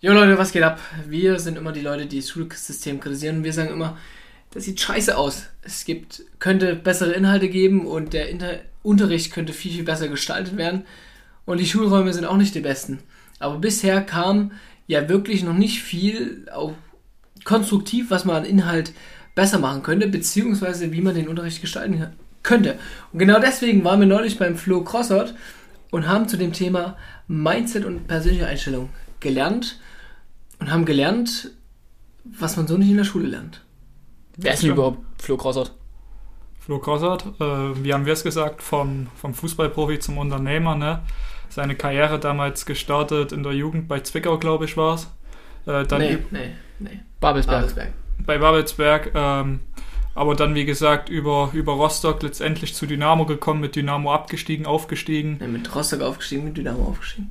Jo Leute, was geht ab? Wir sind immer die Leute, die das Schulsystem kritisieren. Und wir sagen immer, das sieht scheiße aus. Könnte bessere Inhalte geben und der Unterricht könnte viel, viel besser gestaltet werden. Und die Schulräume sind auch nicht die besten. Aber bisher kam ja wirklich noch nicht viel auch konstruktiv, was man an Inhalt besser machen könnte, beziehungsweise wie man den Unterricht gestalten könnte. Und genau deswegen waren wir neulich beim Flo Crossert und haben zu dem Thema Mindset und persönliche Einstellung gelernt und haben gelernt, was man so nicht in der Schule lernt. Wer ist denn überhaupt Flo Crossert? Flo Crossert, wie haben wir es gesagt, vom Fußballprofi zum Unternehmer, ne? Seine Karriere damals gestartet in der Jugend bei Zwickau, glaube ich, war es. Nee. Babelsberg. Bei Babelsberg, aber dann, wie gesagt, über Rostock letztendlich zu Dynamo gekommen, mit Dynamo aufgestiegen. Nee, mit Rostock aufgestiegen, mit Dynamo aufgestiegen.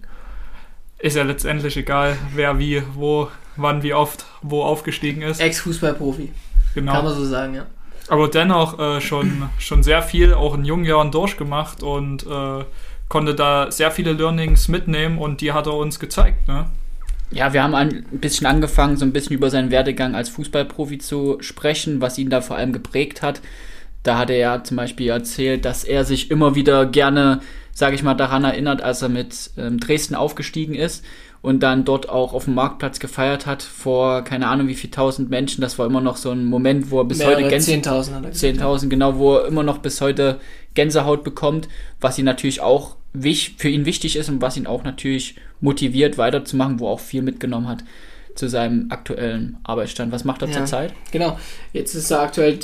Ist ja letztendlich egal, wer wie, wo, wann, wie oft, wo aufgestiegen ist. Ex-Fußballprofi. Genau. Kann man so sagen, ja. Aber dennoch schon sehr viel, auch in jungen Jahren durchgemacht und konnte da sehr viele Learnings mitnehmen und die hat er uns gezeigt, ne? Ja, wir haben ein bisschen angefangen, so ein bisschen über seinen Werdegang als Fußballprofi zu sprechen, was ihn da vor allem geprägt hat. Da hat er ja zum Beispiel erzählt, dass er sich immer wieder gerne, sage ich mal, daran erinnert, als er mit Dresden aufgestiegen ist und dann dort auch auf dem Marktplatz gefeiert hat vor keine Ahnung wie viel tausend Menschen. Das war immer noch so ein Moment, wo er bis heute 10.000, genau, wo er immer noch bis heute Gänsehaut bekommt, was ihn natürlich auch für ihn wichtig ist und was ihn auch natürlich motiviert weiterzumachen, wo er auch viel mitgenommen hat zu seinem aktuellen Arbeitsstand. Was macht er zurzeit? Genau, jetzt ist er aktuell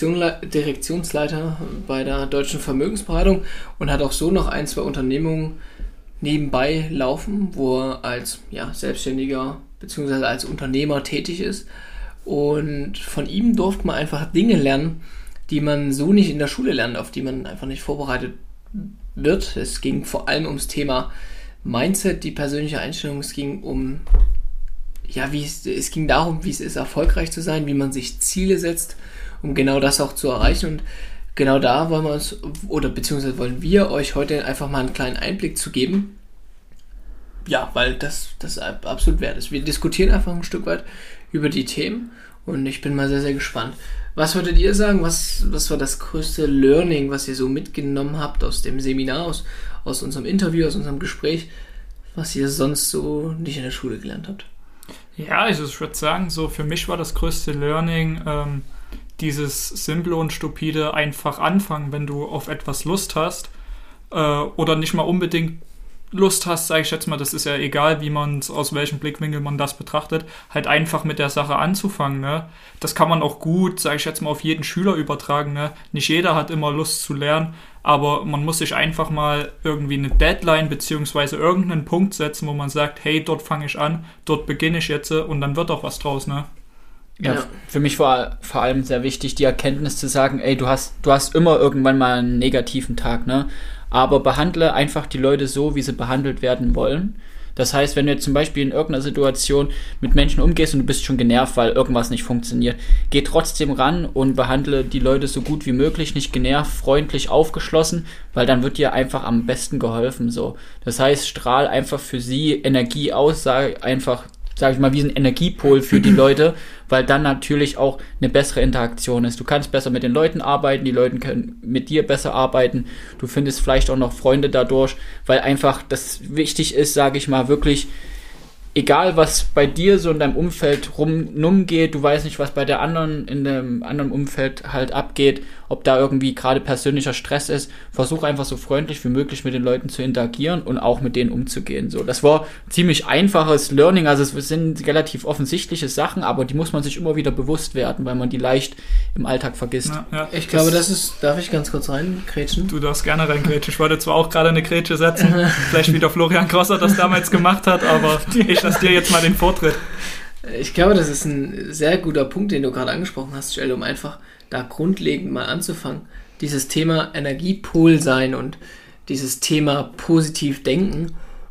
Direktionsleiter bei der Deutschen Vermögensberatung und hat auch so noch 2 Unternehmungen nebenbei laufen, wo er als Selbstständiger bzw. als Unternehmer tätig ist. Und von ihm durfte man einfach Dinge lernen, die man so nicht in der Schule lernt, auf die man einfach nicht vorbereitet wird. Es ging vor allem ums Thema Mindset, die persönliche Einstellung. Es ging es ging darum, wie es ist, erfolgreich zu sein, wie man sich Ziele setzt, um genau das auch zu erreichen. Und genau da wollen wir euch heute einfach mal einen kleinen Einblick zu geben. Ja, weil das absolut wert ist. Wir diskutieren einfach ein Stück weit über die Themen und ich bin mal sehr, sehr gespannt. Was würdet ihr sagen, was war das größte Learning, was ihr so mitgenommen habt aus dem Seminar, aus unserem Interview, aus unserem Gespräch, was ihr sonst so nicht in der Schule gelernt habt? Ja, also ich würde sagen, so für mich war das größte Learning dieses simple und stupide einfach anfangen, wenn du auf etwas Lust hast oder nicht mal unbedingt Lust hast, sage ich jetzt mal, das ist ja egal, aus welchem Blickwinkel man das betrachtet, halt einfach mit der Sache anzufangen, ne? Das kann man auch gut, sage ich jetzt mal, auf jeden Schüler übertragen, ne? Nicht jeder hat immer Lust zu lernen, aber man muss sich einfach mal irgendwie eine Deadline beziehungsweise irgendeinen Punkt setzen, wo man sagt, hey, dort fange ich an, dort beginne ich jetzt und dann wird auch was draus, ne? Ja, für mich war vor allem sehr wichtig, die Erkenntnis zu sagen, ey, du hast immer irgendwann mal einen negativen Tag, ne? Aber behandle einfach die Leute so, wie sie behandelt werden wollen. Das heißt, wenn du jetzt zum Beispiel in irgendeiner Situation mit Menschen umgehst und du bist schon genervt, weil irgendwas nicht funktioniert, geh trotzdem ran und behandle die Leute so gut wie möglich, nicht genervt, freundlich, aufgeschlossen, weil dann wird dir einfach am besten geholfen, so. Das heißt, strahl einfach für sie Energie aus, sag ich mal, wie ein Energiepol für die Leute, weil dann natürlich auch eine bessere Interaktion ist. Du kannst besser mit den Leuten arbeiten, die Leute können mit dir besser arbeiten, du findest vielleicht auch noch Freunde dadurch, weil einfach das wichtig ist, sage ich mal, wirklich, egal was bei dir so in deinem Umfeld rumgeht, du weißt nicht, was bei der anderen in dem anderen Umfeld halt abgeht, ob da irgendwie gerade persönlicher Stress ist, versuch einfach so freundlich wie möglich mit den Leuten zu interagieren und auch mit denen umzugehen. So, das war ziemlich einfaches Learning, also es sind relativ offensichtliche Sachen, aber die muss man sich immer wieder bewusst werden, weil man die leicht im Alltag vergisst. Ja, ich glaube, darf ich ganz kurz reingrätschen? Du darfst gerne reingrätschen. Ich wollte zwar auch gerade eine Grätsche setzen, vielleicht wie der Florian Crosser das damals gemacht hat, aber ich lasse dir jetzt mal den Vortritt. Ich glaube, das ist ein sehr guter Punkt, den du gerade angesprochen hast, Joel, um einfach da grundlegend mal anzufangen. Dieses Thema Energiepol sein und dieses Thema positiv denken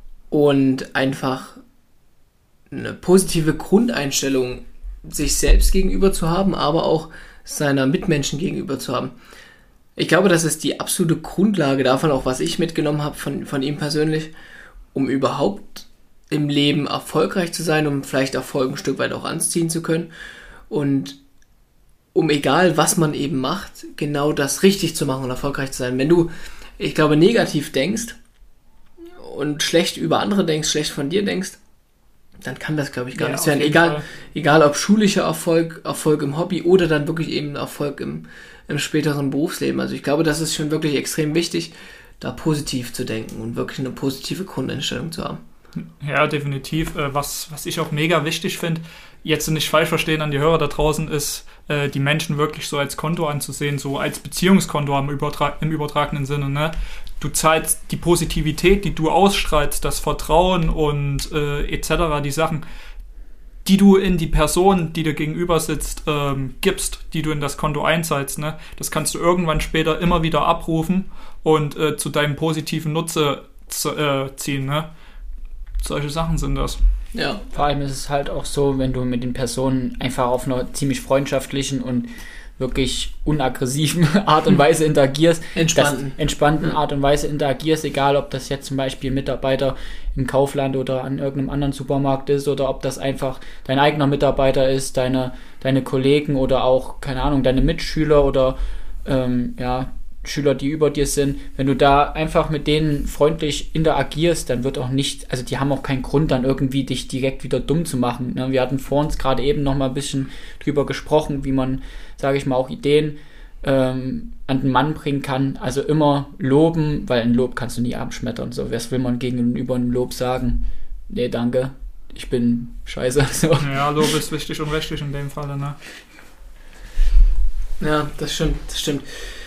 und einfach eine positive Grundeinstellung sich selbst gegenüber zu haben, aber auch seiner Mitmenschen gegenüber zu haben. Ich glaube, das ist die absolute Grundlage davon, auch was ich mitgenommen habe von ihm persönlich, um überhaupt im Leben erfolgreich zu sein, um vielleicht Erfolg ein Stück weit auch anziehen zu können und um egal was man eben macht, genau das richtig zu machen und erfolgreich zu sein. Wenn du, ich glaube, negativ denkst und schlecht über andere denkst, schlecht von dir denkst, dann kann das, glaube ich, gar nichts werden. Egal ob schulischer Erfolg, Erfolg im Hobby oder dann wirklich eben Erfolg im späteren Berufsleben. Also ich glaube, das ist schon wirklich extrem wichtig, da positiv zu denken und wirklich eine positive Grundeinstellung zu haben. Ja, definitiv. Was ich auch mega wichtig finde, jetzt nicht falsch verstehen an die Hörer da draußen, ist, die Menschen wirklich so als Konto anzusehen, so als Beziehungskonto im übertragenen Sinne. Ne? Du zahlst die Positivität, die du ausstrahlst, das Vertrauen und etc., die Sachen, die du in die Person, die dir gegenüber sitzt, gibst, die du in das Konto einzahlst. Ne? Das kannst du irgendwann später immer wieder abrufen und zu deinem positiven Nutze ziehen. Ne? Solche Sachen sind das. Ja. Vor allem ist es halt auch so, wenn du mit den Personen einfach auf einer ziemlich freundschaftlichen und wirklich unaggressiven Art und Weise interagierst. Entspannten Art und Weise interagierst, egal ob das jetzt zum Beispiel Mitarbeiter im Kaufland oder an irgendeinem anderen Supermarkt ist oder ob das einfach dein eigener Mitarbeiter ist, deine Kollegen oder auch, keine Ahnung, deine Mitschüler oder Schüler, die über dir sind, wenn du da einfach mit denen freundlich interagierst, dann wird auch nicht, also die haben auch keinen Grund, dann irgendwie dich direkt wieder dumm zu machen. Ne? Wir hatten vor uns gerade eben noch mal ein bisschen drüber gesprochen, wie man, sage ich mal, auch Ideen an den Mann bringen kann. Also immer loben, weil ein Lob kannst du nie abschmettern. So, was will man gegenüber einem Lob sagen? Nee, danke, ich bin scheiße. So. Ja, Lob ist wichtig und richtig in dem Fall. Ne? Ja, das stimmt.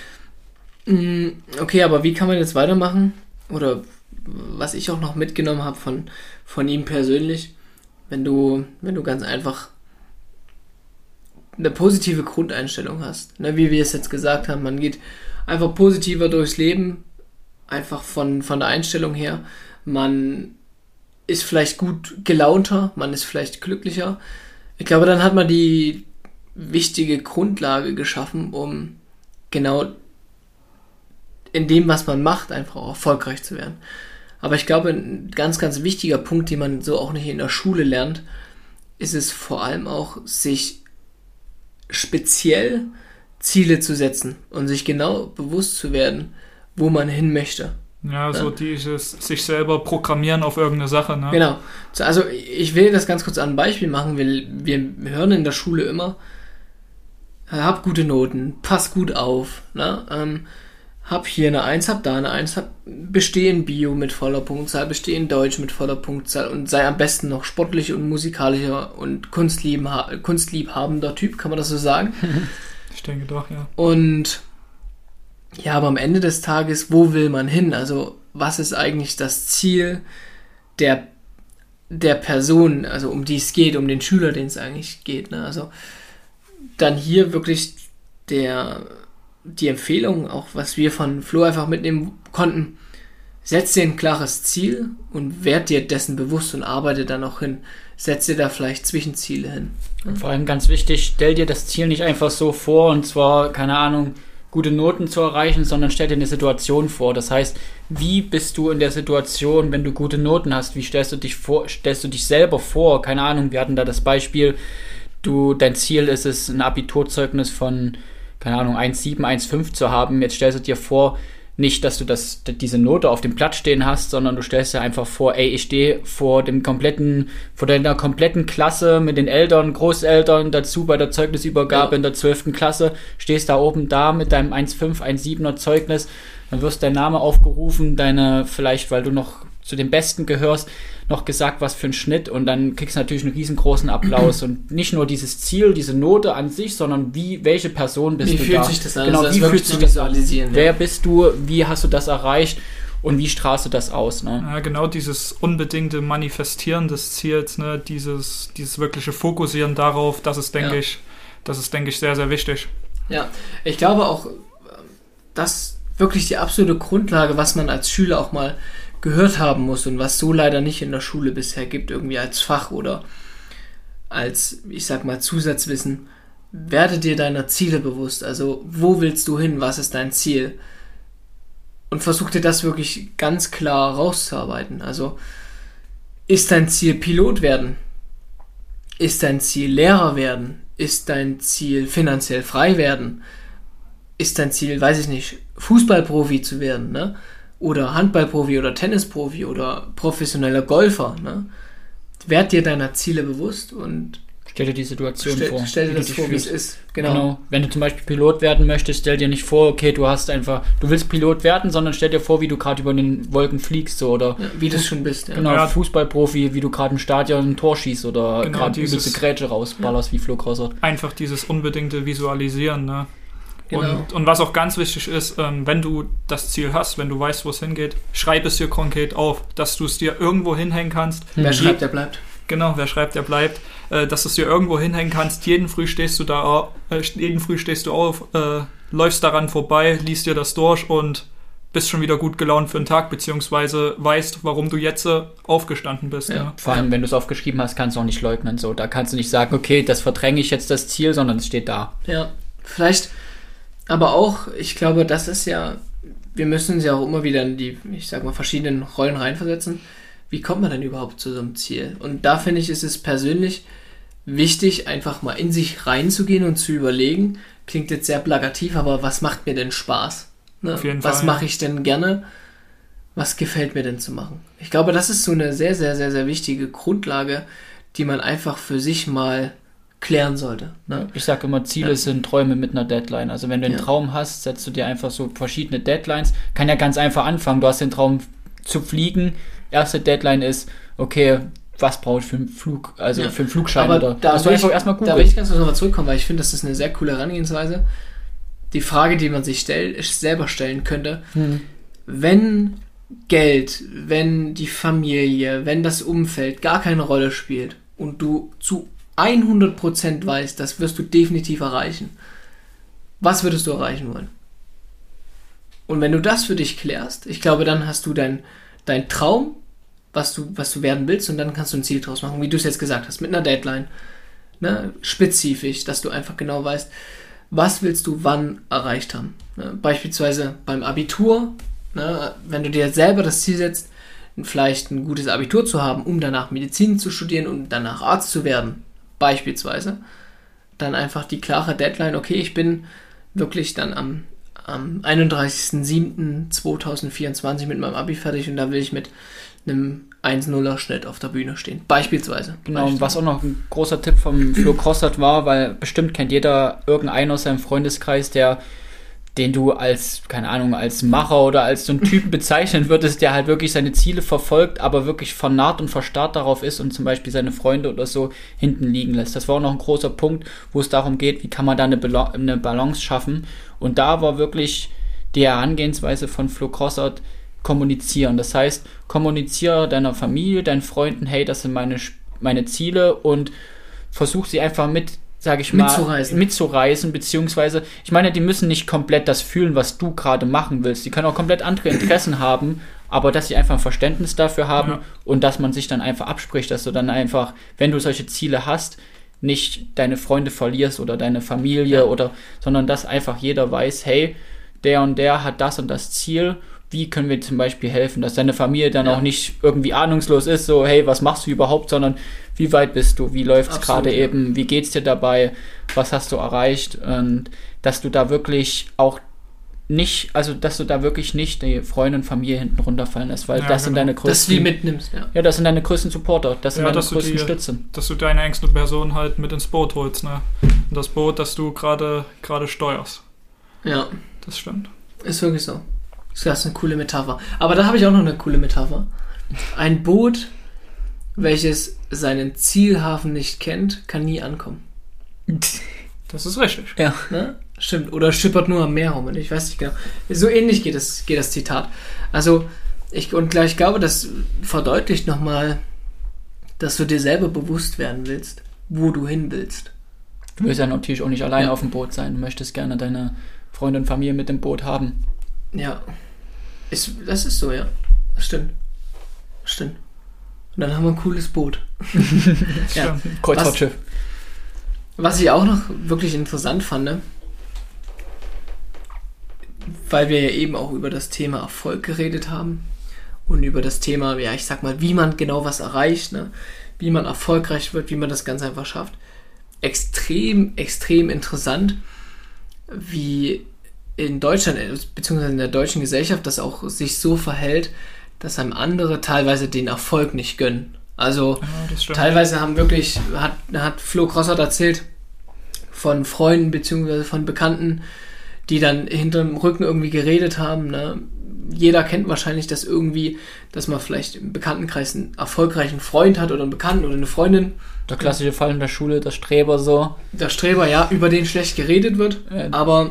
Okay, aber wie kann man jetzt weitermachen? Oder was ich auch noch mitgenommen habe von ihm persönlich, wenn du ganz einfach eine positive Grundeinstellung hast, ne, wie wir es jetzt gesagt haben, man geht einfach positiver durchs Leben, einfach von der Einstellung her, man ist vielleicht gut gelaunter, man ist vielleicht glücklicher. Ich glaube, dann hat man die wichtige Grundlage geschaffen, um genau in dem, was man macht, einfach auch erfolgreich zu werden. Aber ich glaube, ein ganz, ganz wichtiger Punkt, den man so auch nicht in der Schule lernt, ist es vor allem auch, sich speziell Ziele zu setzen und sich genau bewusst zu werden, wo man hin möchte. Ja, so dieses sich selber programmieren auf irgendeine Sache. Ne? Genau. Also ich will das ganz kurz an ein Beispiel machen. Wir hören in der Schule immer, hab gute Noten, pass gut auf, ne? Hab hier eine 1, hab da eine 1, besteh in Bio mit voller Punktzahl, besteh in Deutsch mit voller Punktzahl und sei am besten noch sportlich und musikalischer und kunstliebhabender Typ, kann man das so sagen? Ich denke doch, ja. Und ja, aber am Ende des Tages, wo will man hin? Also was ist eigentlich das Ziel der Person, also um die es geht, um den Schüler, den es eigentlich geht, ne? Also dann hier wirklich die Empfehlung, auch was wir von Flo einfach mitnehmen konnten, setz dir ein klares Ziel und werd dir dessen bewusst und arbeite dann auch hin. Setz dir da vielleicht Zwischenziele hin. Und vor allem ganz wichtig, stell dir das Ziel nicht einfach so vor und zwar, keine Ahnung, gute Noten zu erreichen, sondern stell dir eine Situation vor. Das heißt, wie bist du in der Situation, wenn du gute Noten hast? Wie stellst du dich selber vor? Keine Ahnung, wir hatten da das Beispiel, dein Ziel ist es, ein Abiturzeugnis von, keine Ahnung, 1,7, 1,5 zu haben. Jetzt stellst du dir vor, nicht, dass du diese Note auf dem Blatt stehen hast, sondern du stellst dir einfach vor, ey, ich stehe vor deiner kompletten Klasse mit den Eltern, Großeltern dazu bei der Zeugnisübergabe in der 12. Klasse, stehst da oben da mit deinem 1,5, 1,7er Zeugnis, dann wirst dein Name aufgerufen, vielleicht, weil du noch zu den Besten gehörst, noch gesagt, was für ein Schnitt und dann kriegst du natürlich einen riesengroßen Applaus und nicht nur dieses Ziel, diese Note an sich, sondern welche Person bist du da? Wie fühlt sich das an? Genau, also wie fühlt sich das an? Ja. Wer bist du? Wie hast du das erreicht? Und wie strahlst du das aus? Ne? Ja, genau, dieses unbedingte Manifestieren des Ziels, ne? Dieses wirkliche Fokussieren darauf, das ist, denke ich, sehr, sehr wichtig. Ja, ich glaube auch, dass wirklich die absolute Grundlage, was man als Schüler auch mal gehört haben muss und was so leider nicht in der Schule bisher gibt, irgendwie als Fach oder als, ich sag mal, Zusatzwissen, werde dir deiner Ziele bewusst. Also, wo willst du hin? Was ist dein Ziel? Und versuch dir das wirklich ganz klar rauszuarbeiten. Also, Ist dein Ziel Pilot werden? Ist dein Ziel Lehrer werden? Ist dein Ziel finanziell frei werden? Ist dein Ziel, weiß ich nicht, Fußballprofi zu werden, ne? Oder Handballprofi oder Tennisprofi oder professioneller Golfer, ne? Werd dir deiner Ziele bewusst und stell dir die Situation vor. Stell dir das vor, wie es ist. Genau. Wenn du zum Beispiel Pilot werden möchtest, stell dir nicht vor, okay, du willst Pilot werden, sondern stell dir vor, wie du gerade über den Wolken fliegst, so, oder wie du es schon bist. Ja. Genau, Ja. Fußballprofi, wie du gerade im Stadion ein Tor schießt oder Genau, gerade übelste Grätsche rausballerst wie Flo Crossert. Einfach dieses unbedingte Visualisieren, ne? Genau. Und was auch ganz wichtig ist, wenn du das Ziel hast, wenn du weißt, wo es hingeht, schreib es dir konkret auf, dass du es dir irgendwo hinhängen kannst. Wer schreibt, der bleibt. Genau, wer schreibt, der bleibt. Dass du es dir irgendwo hinhängen kannst. Jeden Früh stehst du auf, läufst daran vorbei, liest dir das durch und bist schon wieder gut gelaunt für den Tag, beziehungsweise weißt, warum du jetzt aufgestanden bist. Ja. Ja. Vor allem, wenn du es aufgeschrieben hast, kannst du auch nicht leugnen. So. Da kannst du nicht sagen, okay, das verdränge ich jetzt das Ziel, sondern es steht da. Ja, vielleicht, aber auch, ich glaube, das ist ja, wir müssen uns ja auch immer wieder in die, ich sag mal, verschiedenen Rollen reinversetzen. Wie kommt man denn überhaupt zu so einem Ziel? Und da finde ich, ist es persönlich wichtig, einfach mal in sich reinzugehen und zu überlegen, klingt jetzt sehr plakativ, aber was macht mir denn Spaß? Ne? Auf jeden Fall, was mache ich denn gerne? Was gefällt mir denn zu machen? Ich glaube, das ist so eine sehr, sehr, sehr, sehr wichtige Grundlage, die man einfach für sich mal klären sollte. Ne? Ich sage immer, Ziele sind Träume mit einer Deadline. Also wenn du einen Traum hast, setzt du dir einfach so verschiedene Deadlines. Kann ja ganz einfach anfangen. Du hast den Traum zu fliegen. Erste Deadline ist, okay, was brauche ich für einen Flug, also für einen Flugschein? Aber oder da will ich erstmal Da will ich ganz kurz nochmal zurückkommen, weil ich finde, das ist eine sehr coole Herangehensweise. Die Frage, die man sich selber stellen könnte, wenn Geld, wenn die Familie, wenn das Umfeld gar keine Rolle spielt und du zu 100% weißt, das wirst du definitiv erreichen, was würdest du erreichen wollen? Und wenn du das für dich klärst, ich glaube, dann hast du dein Traum, was du werden willst, und dann kannst du ein Ziel draus machen, wie du es jetzt gesagt hast, mit einer Deadline, ne, spezifisch, dass du einfach genau weißt, was willst du wann erreicht haben. Ne? Beispielsweise beim Abitur, ne, wenn du dir selber das Ziel setzt, vielleicht ein gutes Abitur zu haben, um danach Medizin zu studieren und danach Arzt zu werden, beispielsweise, dann einfach die klare Deadline, okay, ich bin wirklich dann am 31.07.2024 mit meinem Abi fertig und da will ich mit einem 1-0er Schnitt auf der Bühne stehen. Beispielsweise. Genau, und was auch noch ein großer Tipp vom Flo Crossert war, weil bestimmt kennt jeder irgendeinen aus seinem Freundeskreis, den du als, keine Ahnung, als Macher oder als so einen Typen bezeichnen würdest, der halt wirklich seine Ziele verfolgt, aber wirklich vernarrt und verstarrt darauf ist und zum Beispiel seine Freunde oder so hinten liegen lässt. Das war auch noch ein großer Punkt, wo es darum geht, wie kann man da eine Balance schaffen. Und da war wirklich die Herangehensweise von Flo Crossert kommunizieren. Das heißt, kommuniziere deiner Familie, deinen Freunden, hey, das sind meine Ziele, und versuch sie einfach mitzureißen, beziehungsweise, ich meine, die müssen nicht komplett das fühlen, was du gerade machen willst. Die können auch komplett andere Interessen haben, aber dass sie einfach ein Verständnis dafür haben und dass man sich dann einfach abspricht, dass du dann einfach, wenn du solche Ziele hast, nicht deine Freunde verlierst oder deine Familie sondern dass einfach jeder weiß, hey, der und der hat das und das Ziel, wie können wir zum Beispiel helfen, dass deine Familie dann auch nicht irgendwie ahnungslos ist, so, hey, was machst du überhaupt, sondern wie weit bist du, wie läuft es gerade eben, wie geht's dir dabei, was hast du erreicht, und dass du da wirklich auch nicht, also dass du da wirklich nicht die Freunde und Familie hinten runterfallen lässt, weil das sind deine größten... Dass du die mitnimmst, Ja, das sind deine größten Supporter, das sind deine größten Stützen. Dass du deine engste Person halt mit ins Boot holst, ne? Und das Boot, das du gerade steuerst. Ja. Das stimmt. Ist wirklich so. Das ist eine coole Metapher. Aber da habe ich auch noch eine coole Metapher. Ein Boot, welches seinen Zielhafen nicht kennt, kann nie ankommen. Das ist richtig. Ja. Ne? Stimmt. Oder schippert nur am Meer rum. Ich weiß nicht genau. So ähnlich geht das Zitat. Also, ich glaube, das verdeutlicht nochmal, dass du dir selber bewusst werden willst, wo du hin willst. Du willst ja natürlich auch nicht allein auf dem Boot sein. Du möchtest gerne deine Freunde und Familie mit dem Boot haben. Ja. Das ist so, ja. Das stimmt. Und dann haben wir ein cooles Boot. Ja. Kreuzfahrtschiff. Was ich auch noch wirklich interessant fand, weil wir ja eben auch über das Thema Erfolg geredet haben und über das Thema, ja, ich sag mal, wie man genau was erreicht, ne? Wie man erfolgreich wird, wie man das Ganze einfach schafft. Extrem, extrem interessant, wie in Deutschland, beziehungsweise in der deutschen Gesellschaft, das auch sich so verhält, dass einem andere teilweise den Erfolg nicht gönnen. Also teilweise hat Flo Grossart erzählt von Freunden beziehungsweise von Bekannten, die dann hinterm Rücken irgendwie geredet haben. Ne? Jeder kennt wahrscheinlich das irgendwie, dass man vielleicht im Bekanntenkreis einen erfolgreichen Freund hat oder einen Bekannten oder eine Freundin. Der klassische Fall in der Schule, der Streber so. Der Streber, ja, über den schlecht geredet wird, aber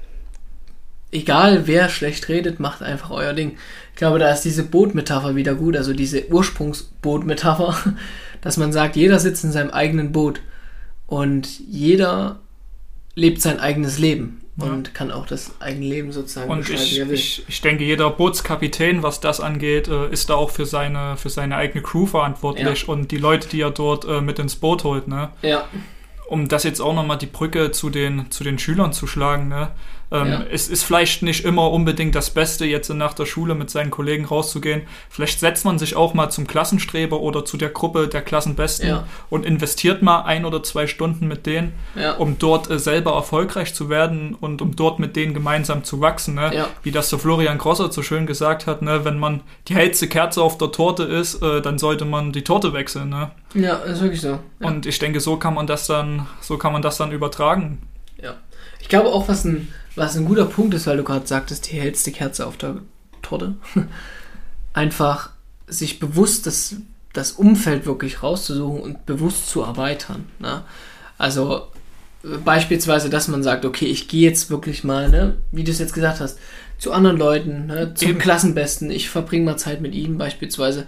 egal wer schlecht redet, macht einfach euer Ding. Ich glaube, da ist diese Bootmetapher wieder gut, also diese Ursprungsbootmetapher, dass man sagt, jeder sitzt in seinem eigenen Boot und jeder lebt sein eigenes Leben und kann auch das eigene Leben sozusagen gestalten, wie er will. Ich denke, jeder Bootskapitän, was das angeht, ist da auch für seine eigene Crew verantwortlich und die Leute, die er dort mit ins Boot holt. Ne? Ja. Um das jetzt auch nochmal die Brücke zu den Schülern zu schlagen, ne? Es ist vielleicht nicht immer unbedingt das Beste, jetzt nach der Schule mit seinen Kollegen rauszugehen. Vielleicht setzt man sich auch mal zum Klassenstreber oder zu der Gruppe der Klassenbesten und investiert mal 1 oder 2 Stunden mit denen, um dort selber erfolgreich zu werden und um dort mit denen gemeinsam zu wachsen. Ne? Ja. Wie das so Florian Grossart so schön gesagt hat, ne? Wenn man die hellste Kerze auf der Torte ist, dann sollte man die Torte wechseln. Ne? Ja, ist wirklich so. Ja. Und ich denke, so kann man das dann übertragen. Ja. Ich glaube auch, was ein guter Punkt ist, weil du gerade sagtest, die hellste Kerze auf der Torte. Einfach sich bewusst das Umfeld wirklich rauszusuchen und bewusst zu erweitern. Ne? Also beispielsweise, dass man sagt, okay, ich gehe jetzt wirklich mal, ne, wie du es jetzt gesagt hast, zu anderen Leuten, ne, zum Klassenbesten, ich verbringe mal Zeit mit ihm beispielsweise.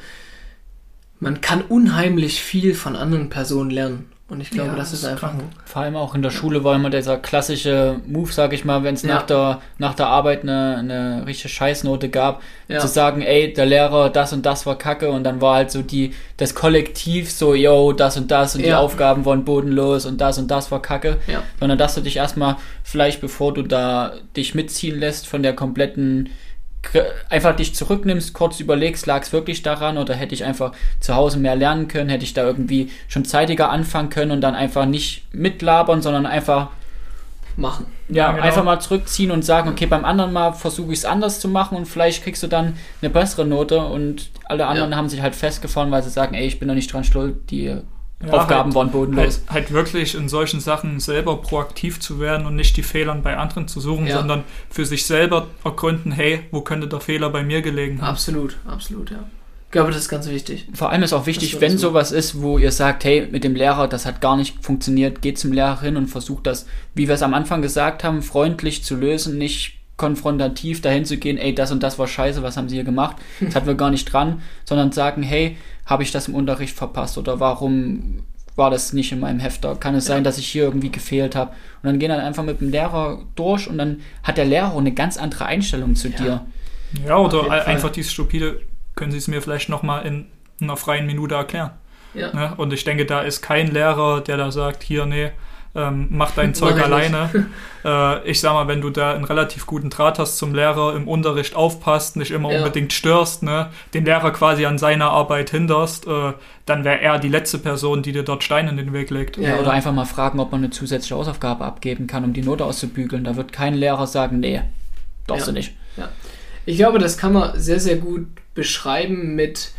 Man kann unheimlich viel von anderen Personen lernen. Und ich glaube, das ist einfach... Vor allem auch in der Schule war immer dieser klassische Move, sag ich mal, wenn es nach der Arbeit eine richtige Scheißnote gab, zu sagen, ey, der Lehrer, das und das war kacke und dann war halt so das Kollektiv so, yo, das und die Aufgaben waren bodenlos und das war kacke. Ja. Sondern dass du dich erstmal, vielleicht bevor du da dich mitziehen lässt von der kompletten... einfach dich zurücknimmst, kurz überlegst, lag es wirklich daran oder hätte ich einfach zu Hause mehr lernen können, hätte ich da irgendwie schon zeitiger anfangen können und dann einfach nicht mitlabern, sondern einfach machen. Ja, genau. Einfach mal zurückziehen und sagen, okay, beim anderen Mal versuche ich es anders zu machen und vielleicht kriegst du dann eine bessere Note und alle anderen haben sich halt festgefahren, weil sie sagen, ey, ich bin doch nicht dran schuld, die Aufgaben waren bodenlos. Halt wirklich in solchen Sachen selber proaktiv zu werden und nicht die Fehler bei anderen zu suchen, sondern für sich selber ergründen, hey, wo könnte der Fehler bei mir gelegen haben? Absolut, ja. Ich glaube, das ist ganz wichtig. Vor allem ist auch wichtig, wenn sowas ist, wo ihr sagt, hey, mit dem Lehrer, das hat gar nicht funktioniert, geht zum Lehrer hin und versucht das, wie wir es am Anfang gesagt haben, freundlich zu lösen, nicht konfrontativ dahin zu gehen, ey, das und das war scheiße, was haben sie hier gemacht? Das hatten wir gar nicht dran, sondern sagen, hey, habe ich das im Unterricht verpasst oder warum war das nicht in meinem Hefter? Kann es sein, dass ich hier irgendwie gefehlt habe? Und dann gehen dann einfach mit dem Lehrer durch und dann hat der Lehrer eine ganz andere Einstellung zu dir. Ja, oder einfach dieses stupide, können Sie es mir vielleicht nochmal in einer freien Minute erklären? Ja. Ne? Und ich denke, da ist kein Lehrer, der da sagt, hier, nee, mach dein Zeug alleine. Ich sag mal, wenn du da einen relativ guten Draht hast zum Lehrer, im Unterricht aufpasst, nicht immer unbedingt störst, ne, den Lehrer quasi an seiner Arbeit hinderst, dann wäre er die letzte Person, die dir dort Steine in den Weg legt. Ja, oder einfach mal fragen, ob man eine zusätzliche Hausaufgabe abgeben kann, um die Note auszubügeln. Da wird kein Lehrer sagen, nee, darfst du nicht. Ja. Ich glaube, das kann man sehr, sehr gut beschreiben mit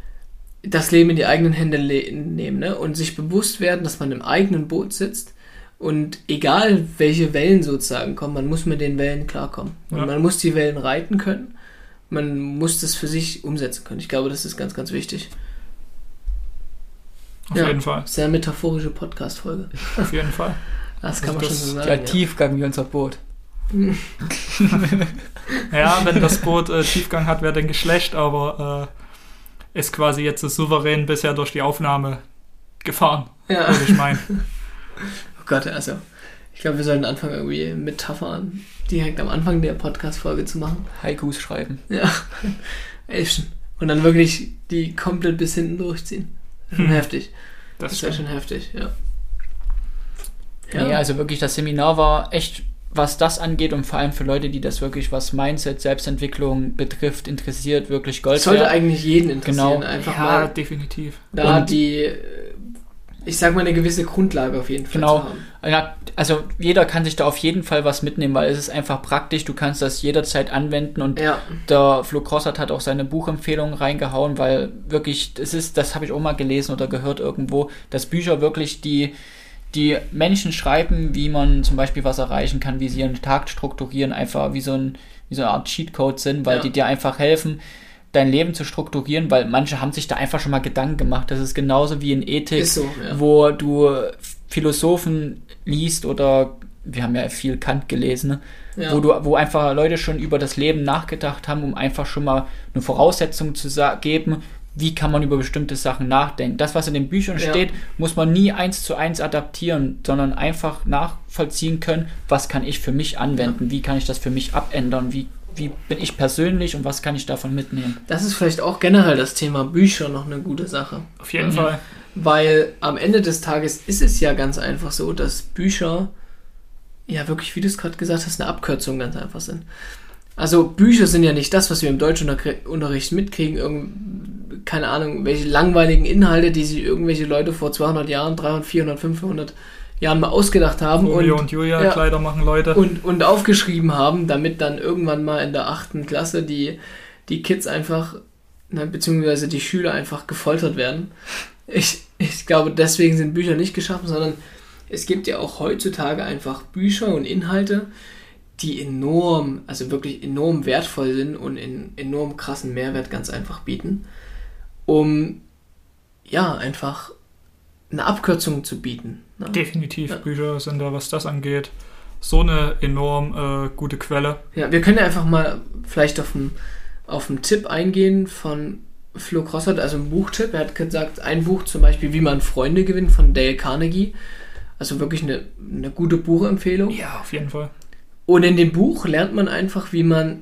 das Leben in die eigenen Hände nehmen, ne? Und sich bewusst werden, dass man im eigenen Boot sitzt und egal welche Wellen sozusagen kommen, man muss mit den Wellen klarkommen. Und man muss die Wellen reiten können, man muss das für sich umsetzen können. Ich glaube, das ist ganz, ganz wichtig. Auf jeden Fall. Sehr metaphorische Podcast-Folge. Auf jeden Fall. Das kann man schon so sagen. Der Tiefgang wie unser Boot. Ja, wenn das Boot Tiefgang hat, wäre dann schlecht, aber ist quasi jetzt so souverän bisher durch die Aufnahme gefahren, würde ich meinen. Oh Gott, also ich glaube, wir sollten anfangen, irgendwie Metaphern direkt am Anfang der Podcast-Folge zu machen. Haikus schreiben. Ja, Elfchen. Und dann wirklich die komplett bis hinten durchziehen. Das ist schon heftig. Das ist ja schon heftig, ja. Nee, also wirklich, das Seminar war was das angeht und vor allem für Leute, die das wirklich, was Mindset, Selbstentwicklung betrifft, interessiert, wirklich Gold wert. Sollte eigentlich jeden interessieren. Genau. Einfach Ja, mal definitiv. da ich sag mal, eine gewisse Grundlage auf jeden Fall zu haben. Ja, also jeder kann sich da auf jeden Fall was mitnehmen, weil es ist einfach praktisch, du kannst das jederzeit anwenden und der Flo Crossart hat auch seine Buchempfehlungen reingehauen, weil wirklich, das habe ich auch mal gelesen oder gehört irgendwo, dass Bücher wirklich die Menschen schreiben, wie man zum Beispiel was erreichen kann, wie sie ihren Tag strukturieren, einfach wie so eine Art Cheatcode sind, weil die dir einfach helfen, dein Leben zu strukturieren, weil manche haben sich da einfach schon mal Gedanken gemacht. Das ist genauso wie in Ethik, wo du Philosophen liest oder wir haben ja viel Kant gelesen, ne? Wo einfach Leute schon über das Leben nachgedacht haben, um einfach schon mal eine Voraussetzung zu geben, wie kann man über bestimmte Sachen nachdenken. Das, was in den Büchern steht, muss man nie 1:1 adaptieren, sondern einfach nachvollziehen können, was kann ich für mich anwenden, wie kann ich das für mich abändern, wie bin ich persönlich und was kann ich davon mitnehmen. Das ist vielleicht auch generell das Thema Bücher noch eine gute Sache. Auf jeden Fall. Weil am Ende des Tages ist es ja ganz einfach so, dass Bücher ja wirklich, wie du es gerade gesagt hast, eine Abkürzung ganz einfach sind. Also Bücher sind ja nicht das, was wir im Deutschunterricht mitkriegen, keine Ahnung, welche langweiligen Inhalte, die sich irgendwelche Leute vor 200 Jahren, 300, 400, 500 Jahren mal ausgedacht haben. Romeo und Julia, Kleider machen Leute. Und aufgeschrieben haben, damit dann irgendwann mal in der 8. Klasse die Kids einfach, beziehungsweise die Schüler einfach gefoltert werden. Ich glaube, deswegen sind Bücher nicht geschaffen, sondern es gibt ja auch heutzutage einfach Bücher und Inhalte, die wirklich enorm wertvoll sind und einen enorm krassen Mehrwert ganz einfach bieten, um einfach eine Abkürzung zu bieten. Ne? Definitiv, Bücher sind da, was das angeht, so eine enorm gute Quelle. Ja, wir können ja einfach mal vielleicht auf einen Tipp eingehen von Flo Crossart, also ein Buchtipp. Er hat gesagt, ein Buch zum Beispiel, Wie man Freunde gewinnt, von Dale Carnegie. Also wirklich eine gute Buchempfehlung. Ja, auf jeden Fall. Und in dem Buch lernt man einfach, wie man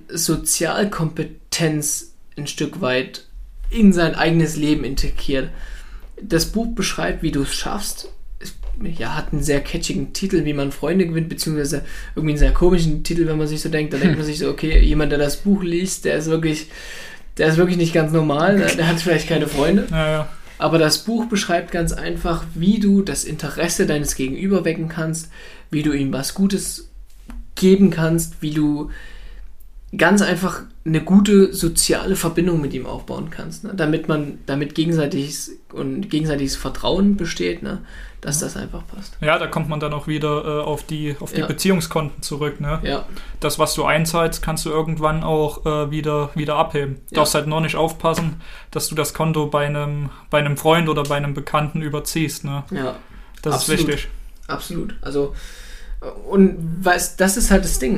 Sozialkompetenz ein Stück weit in sein eigenes Leben integriert. Das Buch beschreibt, wie du es schaffst. Es hat einen sehr catchigen Titel, Wie man Freunde gewinnt, beziehungsweise irgendwie einen sehr komischen Titel, wenn man sich so denkt. Da denkt man sich so, okay, jemand, der das Buch liest, der ist wirklich nicht ganz normal. Der hat vielleicht keine Freunde. Ja. Aber das Buch beschreibt ganz einfach, wie du das Interesse deines Gegenüber wecken kannst, wie du ihm was Gutes geben kannst, wie du ganz einfach eine gute soziale Verbindung mit ihm aufbauen kannst, ne? Damit gegenseitiges Vertrauen besteht, ne? Dass das einfach passt. Ja, da kommt man dann auch wieder auf die Beziehungskonten zurück, ne? Ja. Das, was du einzahlst, kannst du irgendwann auch wieder abheben. Du darfst halt nur nicht aufpassen, dass du das Konto bei einem Freund oder bei einem Bekannten überziehst, ne? Ja. Das ist wichtig. Absolut. Also, und das ist halt das Ding.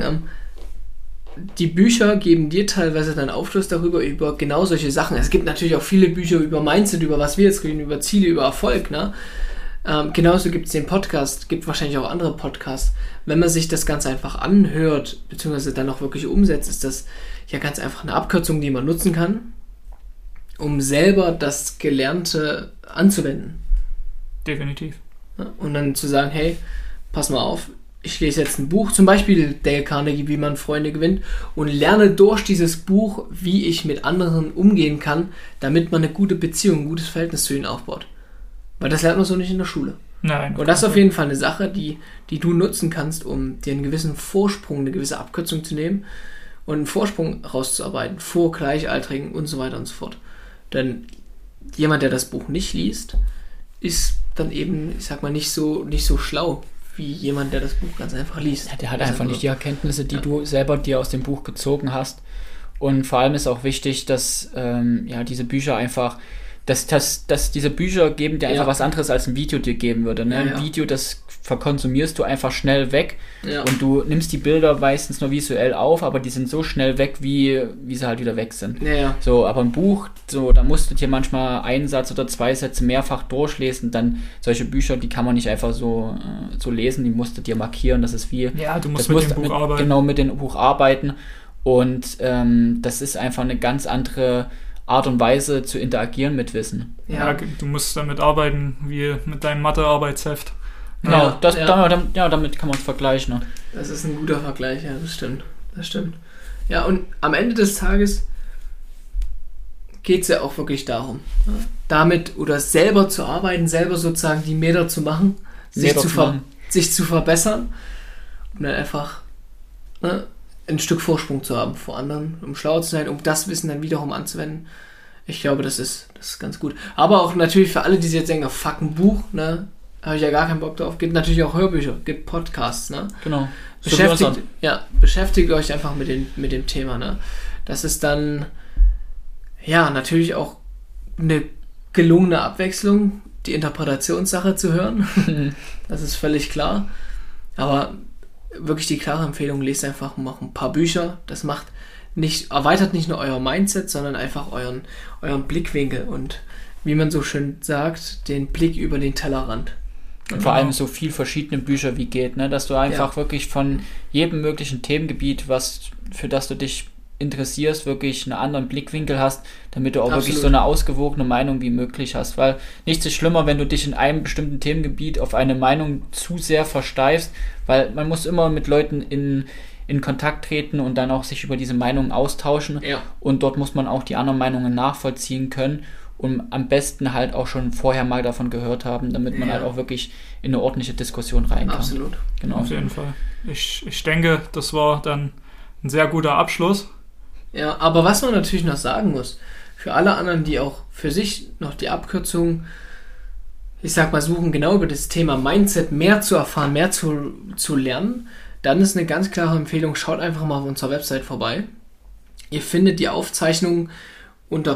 Die Bücher geben dir teilweise dann Aufschluss darüber, über genau solche Sachen. Es gibt natürlich auch viele Bücher über Mindset, über was wir jetzt reden, über Ziele, über Erfolg, ne? Genauso gibt es den Podcast, gibt wahrscheinlich auch andere Podcasts. Wenn man sich das Ganze einfach anhört, beziehungsweise dann auch wirklich umsetzt, ist das ja ganz einfach eine Abkürzung, die man nutzen kann, um selber das Gelernte anzuwenden. Definitiv. Ja, und dann zu sagen, hey, pass mal auf, ich lese jetzt ein Buch, zum Beispiel Dale Carnegie, Wie man Freunde gewinnt, und lerne durch dieses Buch, wie ich mit anderen umgehen kann, damit man eine gute Beziehung, ein gutes Verhältnis zu ihnen aufbaut. Weil das lernt man so nicht in der Schule. Nein. Und das ist auf jeden Fall eine Sache, die du nutzen kannst, um dir einen gewissen Vorsprung, eine gewisse Abkürzung zu nehmen und einen Vorsprung rauszuarbeiten vor Gleichaltrigen und so weiter und so fort. Denn jemand, der das Buch nicht liest, ist dann eben, ich sag mal, nicht so schlau wie jemand, der das Buch ganz einfach liest. Ja, der hat einfach nicht die Erkenntnisse, die du selber dir aus dem Buch gezogen hast. Und vor allem ist auch wichtig, dass diese Bücher einfach, dass diese Bücher geben dir einfach was anderes, als ein Video dir geben würde. Ne? Ein Video, das verkonsumierst du einfach schnell weg und du nimmst die Bilder meistens nur visuell auf, aber die sind so schnell weg, wie sie halt wieder weg sind. So, aber ein Buch, so, da musst du dir manchmal einen Satz oder 2 Sätze mehrfach durchlesen, dann solche Bücher, die kann man nicht einfach so lesen, die musst du dir markieren, das ist wie... Ja, du musst mit dem Buch arbeiten. Genau, mit dem Buch arbeiten und das ist einfach eine ganz andere Art und Weise zu interagieren mit Wissen. Ja, du musst damit arbeiten, wie mit deinem Mathe-Arbeitsheft. Genau, Ja. damit kann man es vergleichen. Ne? Das ist ein guter Vergleich, ja, das stimmt. Das stimmt. Ja, und am Ende des Tages geht es ja auch wirklich darum, damit oder selber zu arbeiten, selber sozusagen die Meter zu machen, sich zu verbessern, um dann einfach ein Stück Vorsprung zu haben vor anderen, um schlauer zu sein, um das Wissen dann wiederum anzuwenden. Ich glaube, das ist ganz gut. Aber auch natürlich für alle, die jetzt denken, fuck, ein Buch, ne, habe ich ja gar keinen Bock drauf. Gibt natürlich auch Hörbücher, gibt Podcasts, ne? Genau. Beschäftigt euch einfach mit dem Thema, ne? Das ist dann ja natürlich auch eine gelungene Abwechslung, die Interpretationssache zu hören. Das ist völlig klar. Aber wirklich die klare Empfehlung, lest einfach mal ein paar Bücher. Das erweitert nicht nur euer Mindset, sondern einfach euren Blickwinkel und, wie man so schön sagt, den Blick über den Tellerrand. Und vor allem so viel verschiedene Bücher wie geht, ne? Dass du einfach wirklich von jedem möglichen Themengebiet, für das du dich interessierst, wirklich einen anderen Blickwinkel hast, damit du auch wirklich so eine ausgewogene Meinung wie möglich hast. Weil nichts ist schlimmer, wenn du dich in einem bestimmten Themengebiet auf eine Meinung zu sehr versteifst, weil man muss immer mit Leuten in Kontakt treten und dann auch sich über diese Meinungen austauschen. Ja. Und dort muss man auch die anderen Meinungen nachvollziehen können und am besten halt auch schon vorher mal davon gehört haben, damit man halt auch wirklich in eine ordentliche Diskussion rein kann. Absolut. Genau. Auf jeden Fall. Ich denke, das war dann ein sehr guter Abschluss. Ja, aber was man natürlich noch sagen muss, für alle anderen, die auch für sich noch die Abkürzung, ich sag mal, suchen, genau über das Thema Mindset mehr zu erfahren, mehr zu lernen, dann ist eine ganz klare Empfehlung, schaut einfach mal auf unserer Website vorbei. Ihr findet die Aufzeichnung unter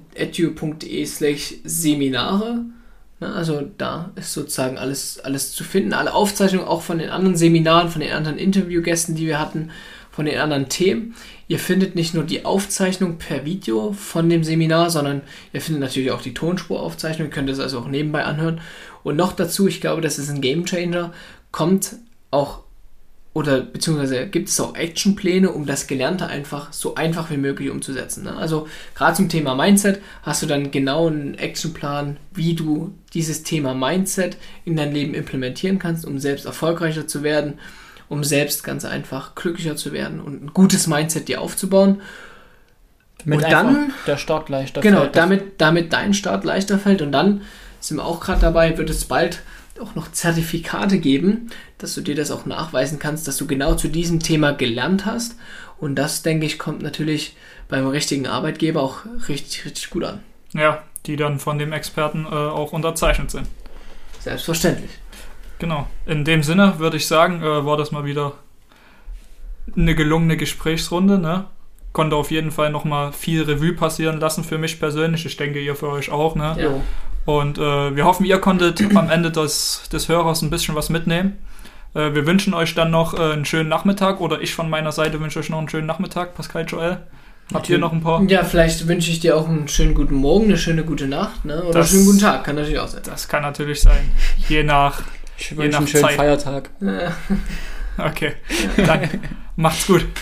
puzzleedu.de/Seminare. Also da ist sozusagen alles zu finden. Alle Aufzeichnungen auch von den anderen Seminaren, von den anderen Interviewgästen, die wir hatten, von den anderen Themen. Ihr findet nicht nur die Aufzeichnung per Video von dem Seminar, sondern ihr findet natürlich auch die Tonspuraufzeichnung. Ihr könnt es also auch nebenbei anhören. Und noch dazu, ich glaube, das ist ein Gamechanger, kommt auch oder beziehungsweise gibt es auch Actionpläne, um das Gelernte einfach so einfach wie möglich umzusetzen. Ne? Also gerade zum Thema Mindset hast du dann genau einen Actionplan, wie du dieses Thema Mindset in dein Leben implementieren kannst, um selbst erfolgreicher zu werden, um selbst ganz einfach glücklicher zu werden und ein gutes Mindset dir aufzubauen. Und dann der Start leichter fällt. Genau, damit dein Start leichter fällt. Und dann sind wir auch gerade dabei, wird es bald auch noch Zertifikate geben, dass du dir das auch nachweisen kannst, dass du genau zu diesem Thema gelernt hast. Und das, denke ich, kommt natürlich beim richtigen Arbeitgeber auch richtig, richtig gut an. Ja, die dann von dem Experten auch unterzeichnet sind. Selbstverständlich. Genau. In dem Sinne würde ich sagen, war das mal wieder eine gelungene Gesprächsrunde, ne? Konnte auf jeden Fall nochmal viel Revue passieren lassen für mich persönlich. Ich denke, ihr für euch auch, ne? Ja. Und wir hoffen, ihr konntet am Ende des Hörers ein bisschen was mitnehmen. Wir wünschen euch dann noch einen schönen Nachmittag, oder ich von meiner Seite wünsche euch noch einen schönen Nachmittag. Pascal, Joel, habt ihr noch ein paar? Ja, vielleicht wünsche ich dir auch einen schönen guten Morgen, eine schöne gute Nacht, ne? Oder einen schönen guten Tag, kann natürlich auch sein. Das kann natürlich sein, je nach einen schönen Zeit. Feiertag. Okay, dann macht's gut.